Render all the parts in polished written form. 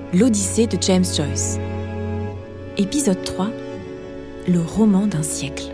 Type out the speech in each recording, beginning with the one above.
L'Odyssée de James Joyce. Épisode 3. Le roman d'un siècle.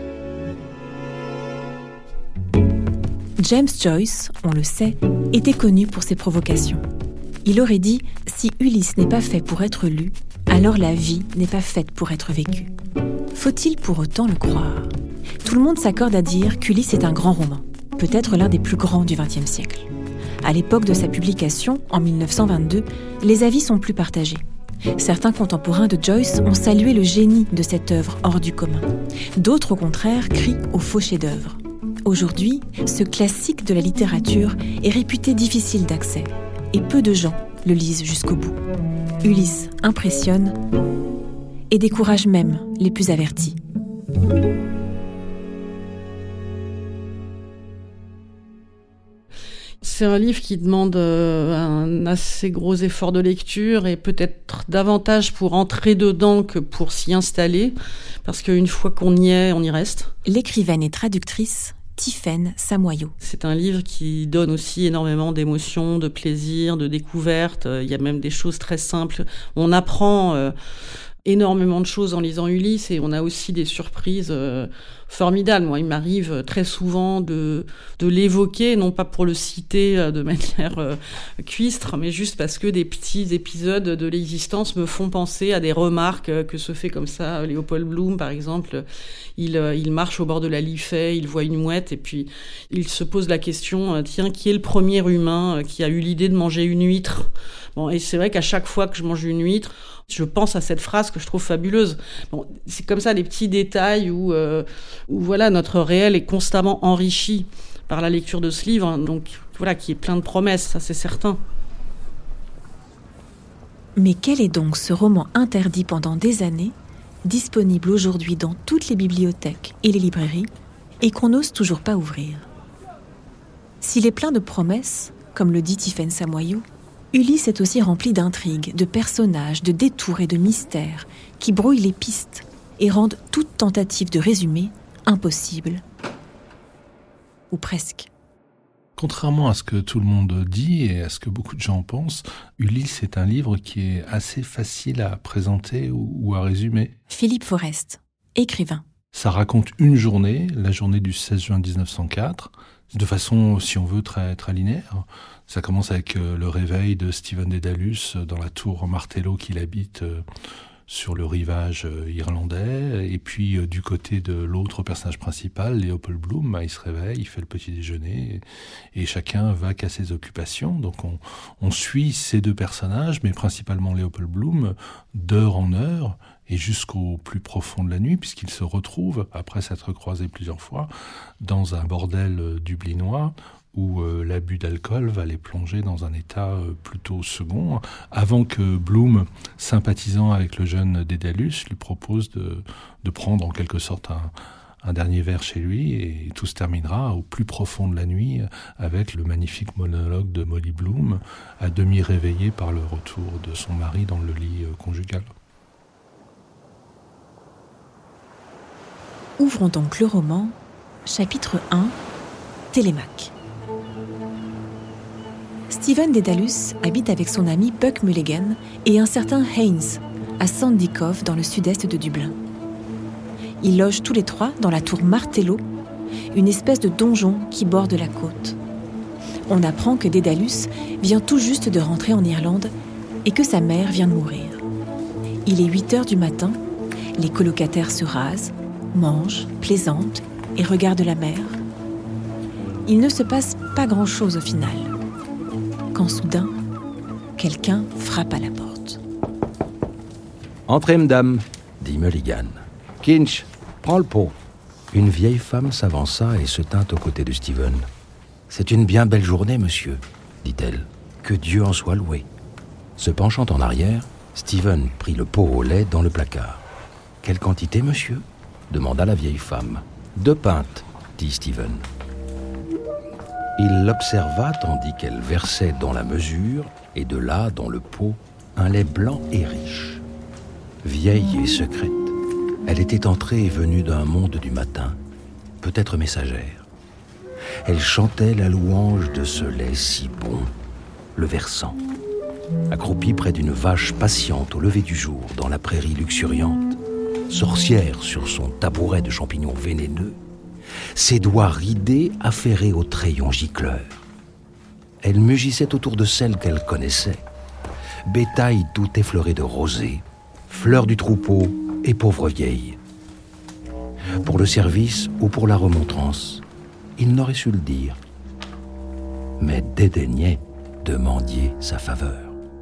James Joyce, on le sait, était connu pour ses provocations. Il aurait dit « Si Ulysse n'est pas fait pour être lu, alors la vie n'est pas faite pour être vécue ». Faut-il pour autant le croire ? Tout le monde s'accorde à dire qu'Ulysse est un grand roman, peut-être l'un des plus grands du XXe siècle. À l'époque de sa publication, en 1922, les avis sont plus partagés. Certains contemporains de Joyce ont salué le génie de cette œuvre hors du commun. D'autres, au contraire, crient au faux chef-d'œuvre. Aujourd'hui, ce classique de la littérature est réputé difficile d'accès, et peu de gens le lisent jusqu'au bout. Ulysse impressionne et décourage même les plus avertis. C'est un livre qui demande un assez gros effort de lecture et peut-être davantage pour entrer dedans que pour s'y installer, parce qu'une fois qu'on y est, on y reste. L'écrivaine et traductrice Tiffaine Samoyau. C'est un livre qui donne aussi énormément d'émotions, de plaisir, de découvertes. Il y a même des choses très simples. On apprend énormément de choses en lisant Ulysse et on a aussi des surprises formidables. Moi, il m'arrive très souvent de l'évoquer, non pas pour le citer de manière cuistre, mais juste parce que des petits épisodes de l'existence me font penser à des remarques que se fait comme ça Léopold Bloom, par exemple. Il marche au bord de la Liffey, il voit une mouette et puis il se pose la question, tiens, qui est le premier humain qui a eu l'idée de manger une huître ? Bon, et c'est vrai qu'à chaque fois que je mange une huître, je pense à cette phrase que je trouve fabuleuse. Bon, c'est comme ça des petits détails où voilà, notre réel est constamment enrichi par la lecture de ce livre, donc voilà, qui est plein de promesses, ça c'est certain. Mais quel est donc ce roman interdit pendant des années, disponible aujourd'hui dans toutes les bibliothèques et les librairies, et qu'on n'ose toujours pas ouvrir ? S'il est plein de promesses, comme le dit Tiffaine Samoyau, Ulysse est aussi rempli d'intrigues, de personnages, de détours et de mystères qui brouillent les pistes et rendent toute tentative de résumé impossible. Ou presque. Contrairement à ce que tout le monde dit et à ce que beaucoup de gens pensent, Ulysse est un livre qui est assez facile à présenter ou à résumer. Philippe Forest, écrivain. Ça raconte une journée, la journée du 16 juin 1904, de façon, si on veut, très, très linéaire. Ça commence avec le réveil de Stephen Dedalus dans la tour Martello qu'il habite sur le rivage irlandais. Et puis, du côté de l'autre personnage principal, Léopold Bloom, il se réveille, il fait le petit déjeuner et chacun va qu'à ses occupations. Donc, on suit ces deux personnages, mais principalement Léopold Bloom, d'heure en heure et jusqu'au plus profond de la nuit, puisqu'ils se retrouvent, après s'être croisés plusieurs fois, dans un bordel dublinois où l'abus d'alcool va les plonger dans un état plutôt second, avant que Bloom, sympathisant avec le jeune Dédalus, lui propose de prendre en quelque sorte un dernier verre chez lui, et tout se terminera au plus profond de la nuit avec le magnifique monologue de Molly Bloom, à demi réveillée par le retour de son mari dans le lit conjugal. Ouvrons donc le roman, chapitre 1, Télémaque. Stephen Dedalus habite avec son ami Buck Mulligan et un certain Haynes à Sandy Cove dans le sud-est de Dublin. Ils logent tous les trois dans la tour Martello, une espèce de donjon qui borde la côte. On apprend que Dedalus vient tout juste de rentrer en Irlande et que sa mère vient de mourir. Il est 8h du matin, les colocataires se rasent, mangent, plaisantent et regardent la mer. Il ne se passe pas grand-chose au final, quand soudain, quelqu'un frappe à la porte. « Entrez, madame, » dit Mulligan. « Kinch, prends le pot. » Une vieille femme s'avança et se tint aux côtés de Stephen. « C'est une bien belle journée, monsieur, » dit-elle. « Que Dieu en soit loué. » Se penchant en arrière, Stephen prit le pot au lait dans le placard. « Quelle quantité, monsieur ?» demanda la vieille femme. « 2 pintes, » dit Stephen. Il l'observa tandis qu'elle versait dans la mesure, et de là, dans le pot, un lait blanc et riche. Vieille et secrète, elle était entrée et venue d'un monde du matin, peut-être messagère. Elle chantait la louange de ce lait si bon, le versant. accroupie près d'une vache patiente au lever du jour dans la prairie luxuriante, sorcière sur son tabouret de champignons vénéneux, ses doigts ridés affairés aux crayons gicleurs. Elle mugissait autour de celle qu'elle connaissait, bétail tout effleuré de rosée, fleur du troupeau et pauvre vieille. Pour le service ou pour la remontrance, il n'aurait su le dire, mais dédaignait de mendier sa faveur.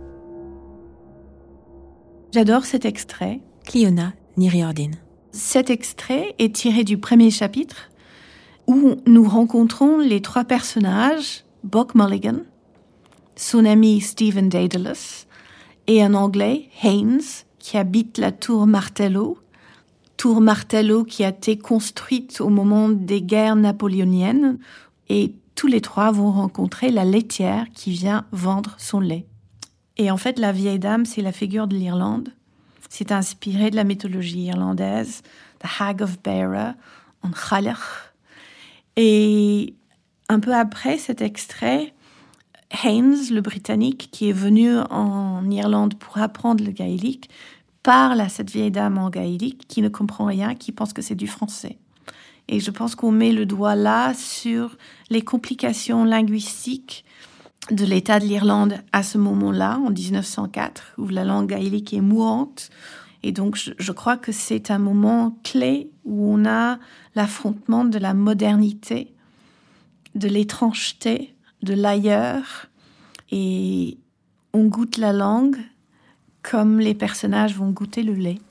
J'adore cet extrait. Cliona Niriordine. Cet extrait est tiré du premier chapitre où nous rencontrons les trois personnages, Buck Mulligan, son ami Stephen Dedalus et un Anglais, Haynes, qui habite la tour Martello qui a été construite au moment des guerres napoléoniennes, et tous les trois vont rencontrer la laitière qui vient vendre son lait. Et en fait, la vieille dame, c'est la figure de l'Irlande. C'est inspiré de la mythologie irlandaise, The Hag of Beara, en Gaelic. Et un peu après cet extrait, Haynes, le Britannique, qui est venu en Irlande pour apprendre le gaélique, parle à cette vieille dame en gaélique qui ne comprend rien, qui pense que c'est du français. Et je pense qu'on met le doigt là sur les complications linguistiques de l'État de l'Irlande à ce moment-là, en 1904, où la langue gaélique est mourante. Et donc, je crois que c'est un moment clé où on a l'affrontement de la modernité, de l'étrangeté, de l'ailleurs. Et on goûte la langue comme les personnages vont goûter le lait.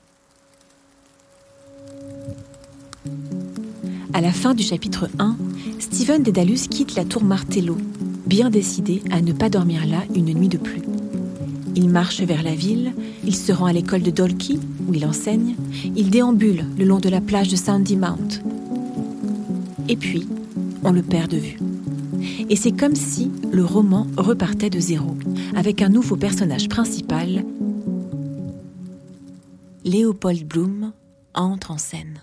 À la fin du chapitre 1, Stephen Dedalus quitte la tour Martello, bien décidé à ne pas dormir là une nuit de plus. Il marche vers la ville, il se rend à l'école de Dalkey, où il enseigne, il déambule le long de la plage de Sandymount. Et puis, on le perd de vue. Et c'est comme si le roman repartait de zéro, avec un nouveau personnage principal. Léopold Bloom entre en scène.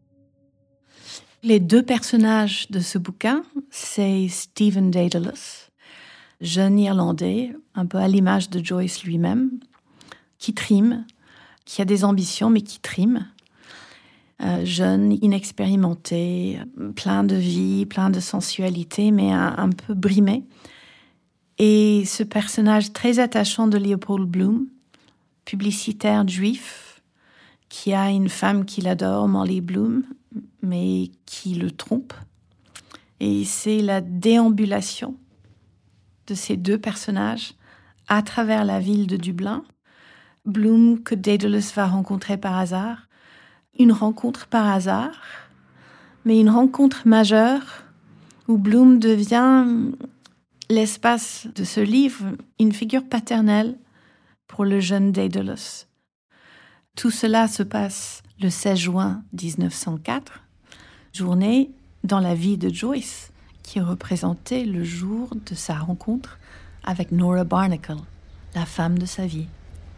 Les deux personnages de ce bouquin, c'est Stephen Dedalus, jeune Irlandais, un peu à l'image de Joyce lui-même, qui trime, qui a des ambitions, mais qui trime. Jeune, inexpérimenté, plein de vie, plein de sensualité, mais un peu brimé. Et ce personnage très attachant de Léopold Bloom, publicitaire juif, qui a une femme qu'il adore, Molly Bloom, mais qui le trompe. Et c'est la déambulation de ces deux personnages à travers la ville de Dublin. Bloom que Dedalus va rencontrer par hasard. Une rencontre par hasard, mais une rencontre majeure où Bloom devient, l'espace de ce livre, une figure paternelle pour le jeune Dedalus. Tout cela se passe le 16 juin 1904, journée dans la vie de Joyce, qui représentait le jour de sa rencontre avec Nora Barnacle, la femme de sa vie.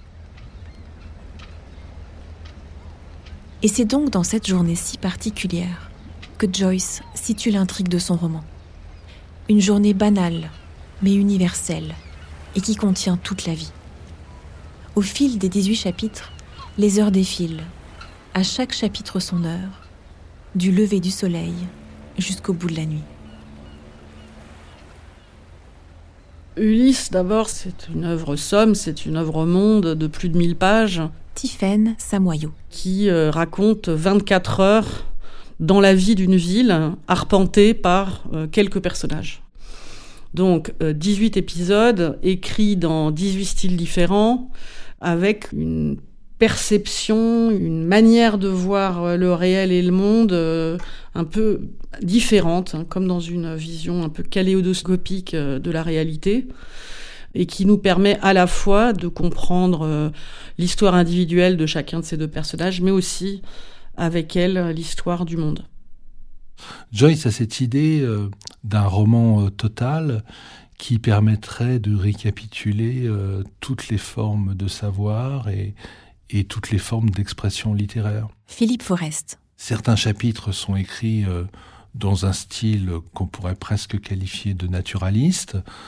Et c'est donc dans cette journée si particulière que Joyce situe l'intrigue de son roman. Une journée banale, mais universelle, et qui contient toute la vie. Au fil des 18 chapitres, les heures défilent, à chaque chapitre son heure, du lever du soleil jusqu'au bout de la nuit. Ulysse, d'abord, c'est une œuvre somme, c'est une œuvre monde de plus de 1000 pages. Tiphaine Samoyau. Qui raconte 24 heures dans la vie d'une ville, arpentée par quelques personnages. Donc, 18 épisodes, écrits dans 18 styles différents, avec une perception, une manière de voir le réel et le monde un peu différente, hein, comme dans une vision un peu kaléidoscopique de la réalité, et qui nous permet à la fois de comprendre l'histoire individuelle de chacun de ces deux personnages, mais aussi, avec elle, l'histoire du monde. Joyce a cette idée d'un roman total qui permettrait de récapituler toutes les formes de savoir et toutes les formes d'expression littéraire. Philippe Forest. Certains chapitres sont écrits dans un style qu'on pourrait presque qualifier de naturaliste.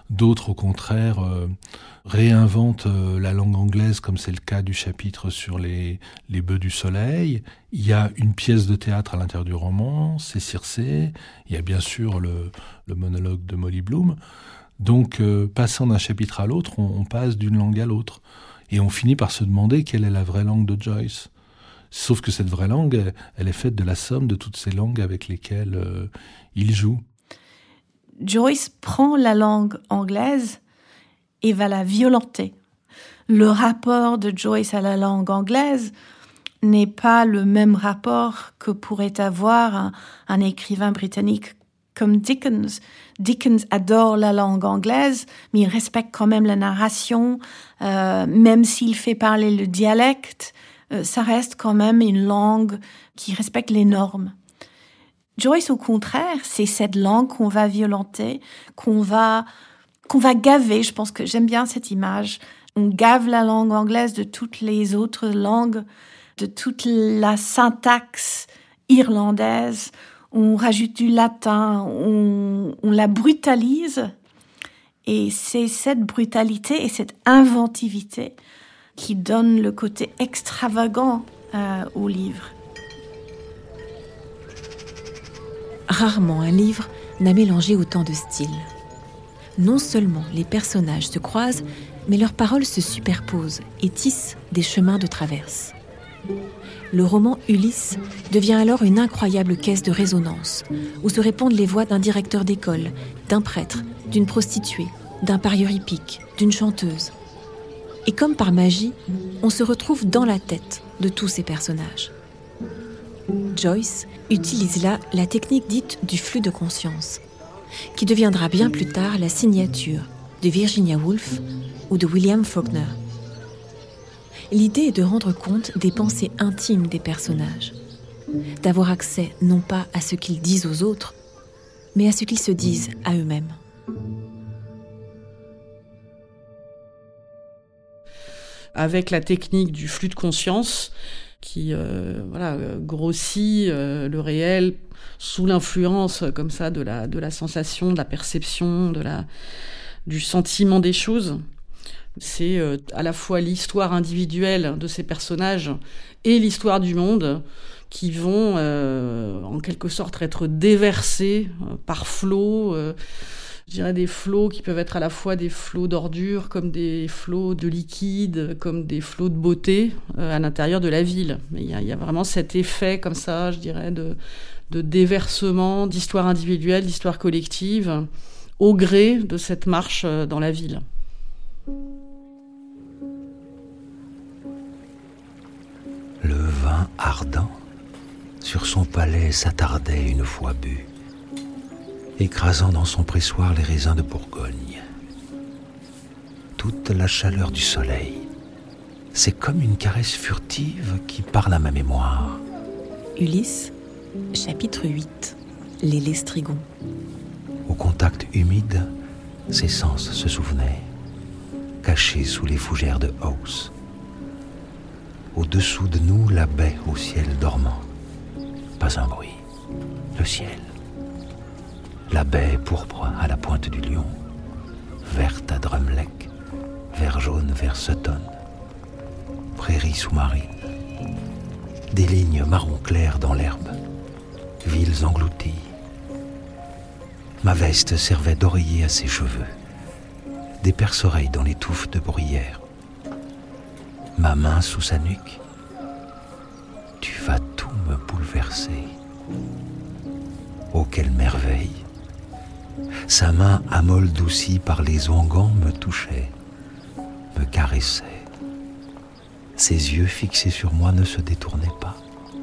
D'autres, au contraire, réinventent la langue anglaise, comme c'est le cas du chapitre sur les bœufs du soleil. Il y a une pièce de théâtre à l'intérieur du roman, c'est Circé. Il y a bien sûr le monologue de Molly Bloom. Donc, passant d'un chapitre à l'autre, on passe d'une langue à l'autre. Et on finit par se demander quelle est la vraie langue de Joyce. Sauf que cette vraie langue, elle est faite de la somme de toutes ces langues avec lesquelles il joue. Joyce prend la langue anglaise et va la violenter. Le rapport de Joyce à la langue anglaise n'est pas le même rapport que pourrait avoir un écrivain britannique comme Dickens. Dickens adore la langue anglaise, mais il respecte quand même la narration, même s'il fait parler le dialecte, ça reste quand même une langue qui respecte les normes. Joyce, au contraire, c'est cette langue qu'on va violenter, qu'on va gaver. Je pense que j'aime bien cette image. On gave la langue anglaise de toutes les autres langues, de toute la syntaxe irlandaise. On rajoute du latin, on la brutalise. Et c'est cette brutalité et cette inventivité qui donne le côté extravagant au livre. Rarement un livre n'a mélangé autant de styles. Non seulement les personnages se croisent, mais leurs paroles se superposent et tissent des chemins de traverse. Le roman Ulysse devient alors une incroyable caisse de résonance, où se répondent les voix d'un directeur d'école, d'un prêtre, d'une prostituée, d'un parieur hippique, d'une chanteuse. Et comme par magie, on se retrouve dans la tête de tous ces personnages. Joyce utilise là la technique dite du flux de conscience, qui deviendra bien plus tard la signature de Virginia Woolf ou de William Faulkner. L'idée est de rendre compte des pensées intimes des personnages, d'avoir accès non pas à ce qu'ils disent aux autres, mais à ce qu'ils se disent à eux-mêmes. Avec la technique du flux de conscience, qui grossit le réel sous l'influence comme ça de la sensation, de la perception, du sentiment des choses. C'est à la fois l'histoire individuelle de ces personnages et l'histoire du monde qui vont en quelque sorte être déversés par flots. Je dirais des flots qui peuvent être à la fois des flots d'ordures, comme des flots de liquide, comme des flots de beauté à l'intérieur de la ville. Mais il y a vraiment cet effet comme ça, je dirais, de déversement d'histoire individuelle, d'histoire collective, au gré de cette marche dans la ville. Le vin ardent sur son palais s'attardait une fois bu, écrasant dans son pressoir les raisins de Bourgogne. Toute la chaleur du soleil, c'est comme une caresse furtive qui parle à ma mémoire. Ulysse, chapitre 8, les Lestrigons. Au contact humide, ses sens se souvenaient, cachés sous les fougères de hausse. Au-dessous de nous, la baie au ciel dormant. Pas un bruit. Le ciel. La baie pourpre à la pointe du lion, verte à Drumleck, vert jaune vers Sutton, prairies sous-marines, des lignes marron clair dans l'herbe, villes englouties. Ma veste servait d'oreiller à ses cheveux, des perce-oreilles dans les touffes de bruyère. Ma main sous sa nuque. Tu vas tout me bouleverser. Oh, quelle merveille! Sa main amoldoucie par les onguents me touchait, me caressait. Ses yeux fixés sur moi ne se détournaient pas.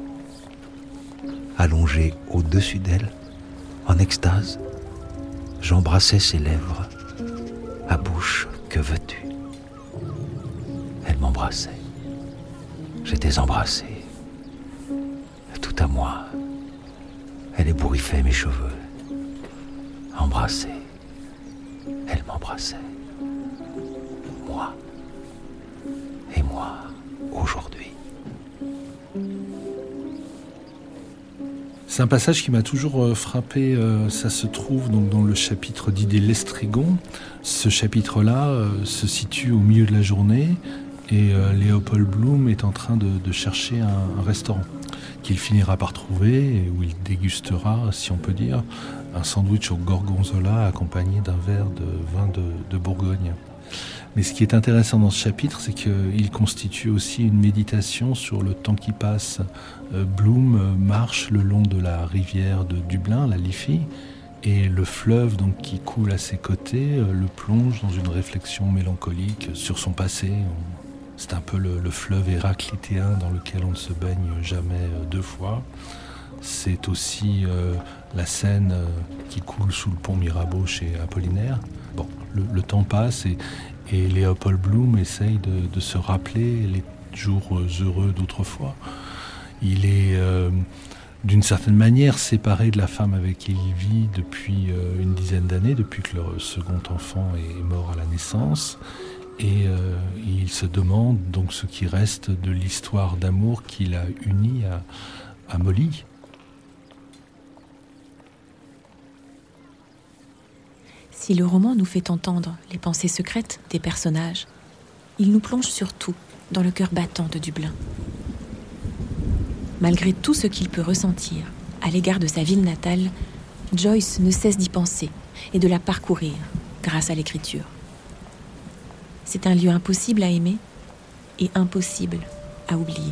Allongé au-dessus d'elle, en extase, j'embrassais ses lèvres. À bouche, que veux-tu? Elle m'embrassait. J'étais embrassé. Tout à moi. Elle ébouriffait mes cheveux. Embrassée. Elle m'embrassait. Moi. Et moi, aujourd'hui. C'est un passage qui m'a toujours frappé. Ça se trouve donc dans le chapitre dit des Lestrégons. Ce chapitre-là se situe au milieu de la journée et Léopold Bloom est en train de chercher un restaurant qu'il finira par trouver et où il dégustera, si on peut dire, un sandwich au gorgonzola accompagné d'un verre de vin de Bourgogne. Mais ce qui est intéressant dans ce chapitre, c'est qu'il constitue aussi une méditation sur le temps qui passe. Bloom marche le long de la rivière de Dublin, la Liffey, et le fleuve donc, qui coule à ses côtés le plonge dans une réflexion mélancolique sur son passé. C'est un peu le fleuve héraclitéen dans lequel on ne se baigne jamais deux fois. C'est aussi la Seine qui coule sous le pont Mirabeau chez Apollinaire. Bon, le temps passe et Léopold Bloom essaye de se rappeler les jours heureux d'autrefois. Il est d'une certaine manière séparé de la femme avec qui il vit depuis une dizaine d'années, depuis que leur second enfant est mort à la naissance. Et il se demande donc ce qui reste de l'histoire d'amour qu'il a unie à Molly. Si le roman nous fait entendre les pensées secrètes des personnages, il nous plonge surtout dans le cœur battant de Dublin. Malgré tout ce qu'il peut ressentir à l'égard de sa ville natale, Joyce ne cesse d'y penser et de la parcourir grâce à l'écriture. C'est un lieu impossible à aimer et impossible à oublier.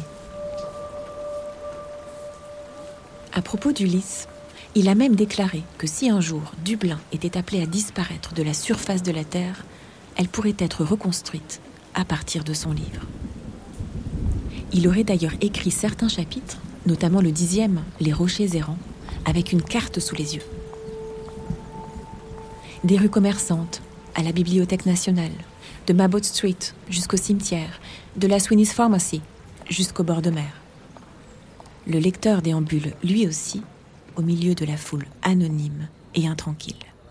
À propos d'Ulysse, il a même déclaré que si un jour Dublin était appelée à disparaître de la surface de la Terre, elle pourrait être reconstruite à partir de son livre. Il aurait d'ailleurs écrit certains chapitres, notamment le 10e, Les Rochers errants, avec une carte sous les yeux. Des rues commerçantes à la Bibliothèque nationale, de Mabot Street jusqu'au cimetière, de la Sweeney's Pharmacy jusqu'au bord de mer. Le lecteur déambule, lui aussi, au milieu de la foule anonyme et intranquille.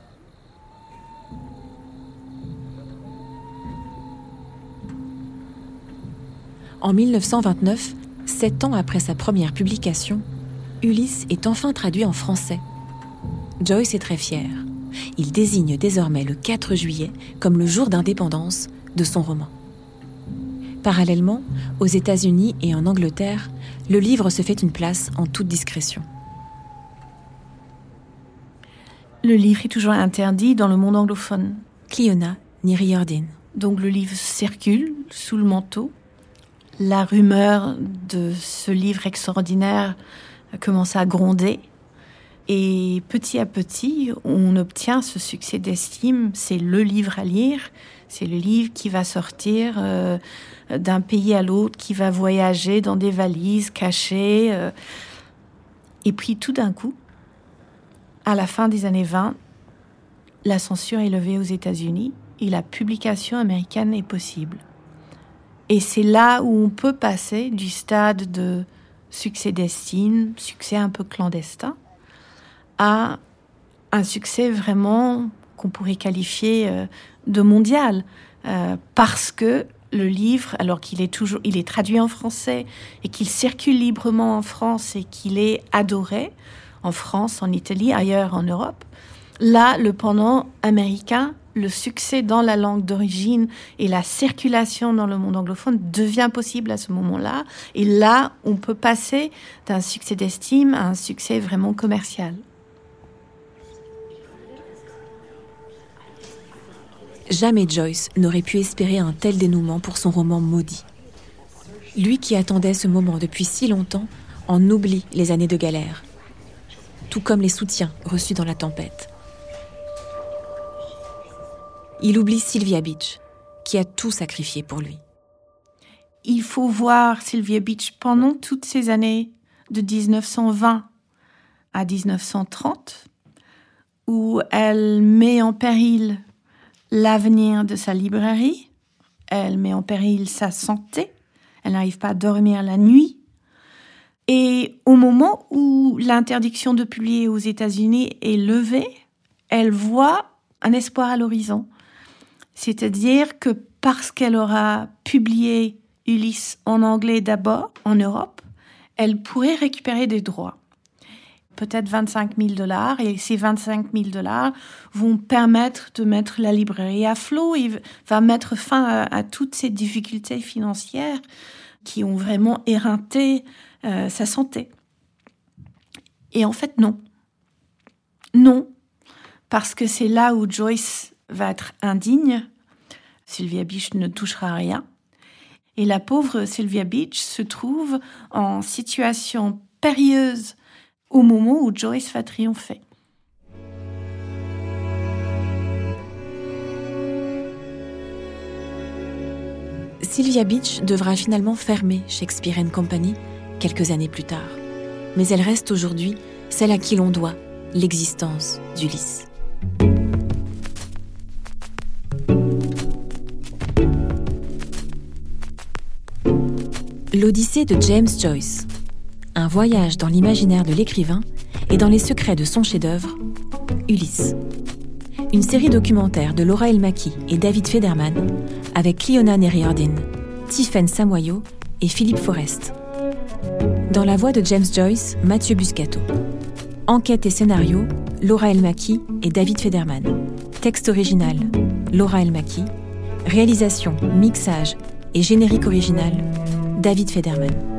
En 1929, 7 ans après sa première publication, Ulysse est enfin traduit en français. Joyce est très fier. Il désigne désormais le 4 juillet comme le jour d'indépendance de son roman. Parallèlement, aux États-Unis et en Angleterre, le livre se fait une place en toute discrétion. Le livre est toujours interdit dans le monde anglophone. Cliona Niriordin. Donc le livre circule sous le manteau. La rumeur de ce livre extraordinaire commence à gronder. Et petit à petit, on obtient ce succès d'estime. C'est le livre à lire. C'est le livre qui va sortir d'un pays à l'autre, qui va voyager dans des valises cachées. Et puis tout d'un coup, à la fin des années 20, la censure est levée aux États-Unis et la publication américaine est possible. Et c'est là où on peut passer du stade de succès d'estime, succès un peu clandestin, à un succès vraiment qu'on pourrait qualifier de mondial. Parce que le livre, alors qu'il est il est traduit en français et qu'il circule librement en France et qu'il est adoré, en France, en Italie, ailleurs en Europe. Là, le pendant américain, le succès dans la langue d'origine et la circulation dans le monde anglophone devient possible à ce moment-là. Et là, on peut passer d'un succès d'estime à un succès vraiment commercial. Jamais Joyce n'aurait pu espérer un tel dénouement pour son roman maudit. Lui qui attendait ce moment depuis si longtemps en oublie les années de galère, tout comme les soutiens reçus dans la tempête. Il oublie Sylvia Beach, qui a tout sacrifié pour lui. Il faut voir Sylvia Beach pendant toutes ces années de 1920 à 1930, où elle met en péril l'avenir de sa librairie, elle met en péril sa santé, elle n'arrive pas à dormir la nuit. Et au moment où l'interdiction de publier aux États-Unis est levée, elle voit un espoir à l'horizon. C'est-à-dire que parce qu'elle aura publié Ulysse en anglais d'abord, en Europe, elle pourrait récupérer des droits. peut-être $25,000, et ces $25,000 vont permettre de mettre la librairie à flot. Il va mettre fin à toutes ces difficultés financières qui ont vraiment éreinté sa santé. Et en fait, non. Non, parce que c'est là où Joyce va être indigne. Sylvia Beach ne touchera à rien. Et la pauvre Sylvia Beach se trouve en situation périlleuse au moment où Joyce va triompher. Sylvia Beach devra finalement fermer Shakespeare & Company quelques années plus tard. Mais elle reste aujourd'hui celle à qui l'on doit l'existence d'Ulysse. L'Odyssée de James Joyce. Un voyage dans l'imaginaire de l'écrivain et dans les secrets de son chef-d'œuvre, Ulysse. Une série documentaire de Laura El Maki et David Federman avec Cliona Neri-Ordin, Tiffaine Samoyo et Philippe Forest. Dans la voix de James Joyce, Mathieu Buscato. Enquête et scénario, Laura El Maki et David Federman. Texte original, Laura El Maki. Réalisation, mixage et générique original, David Federman.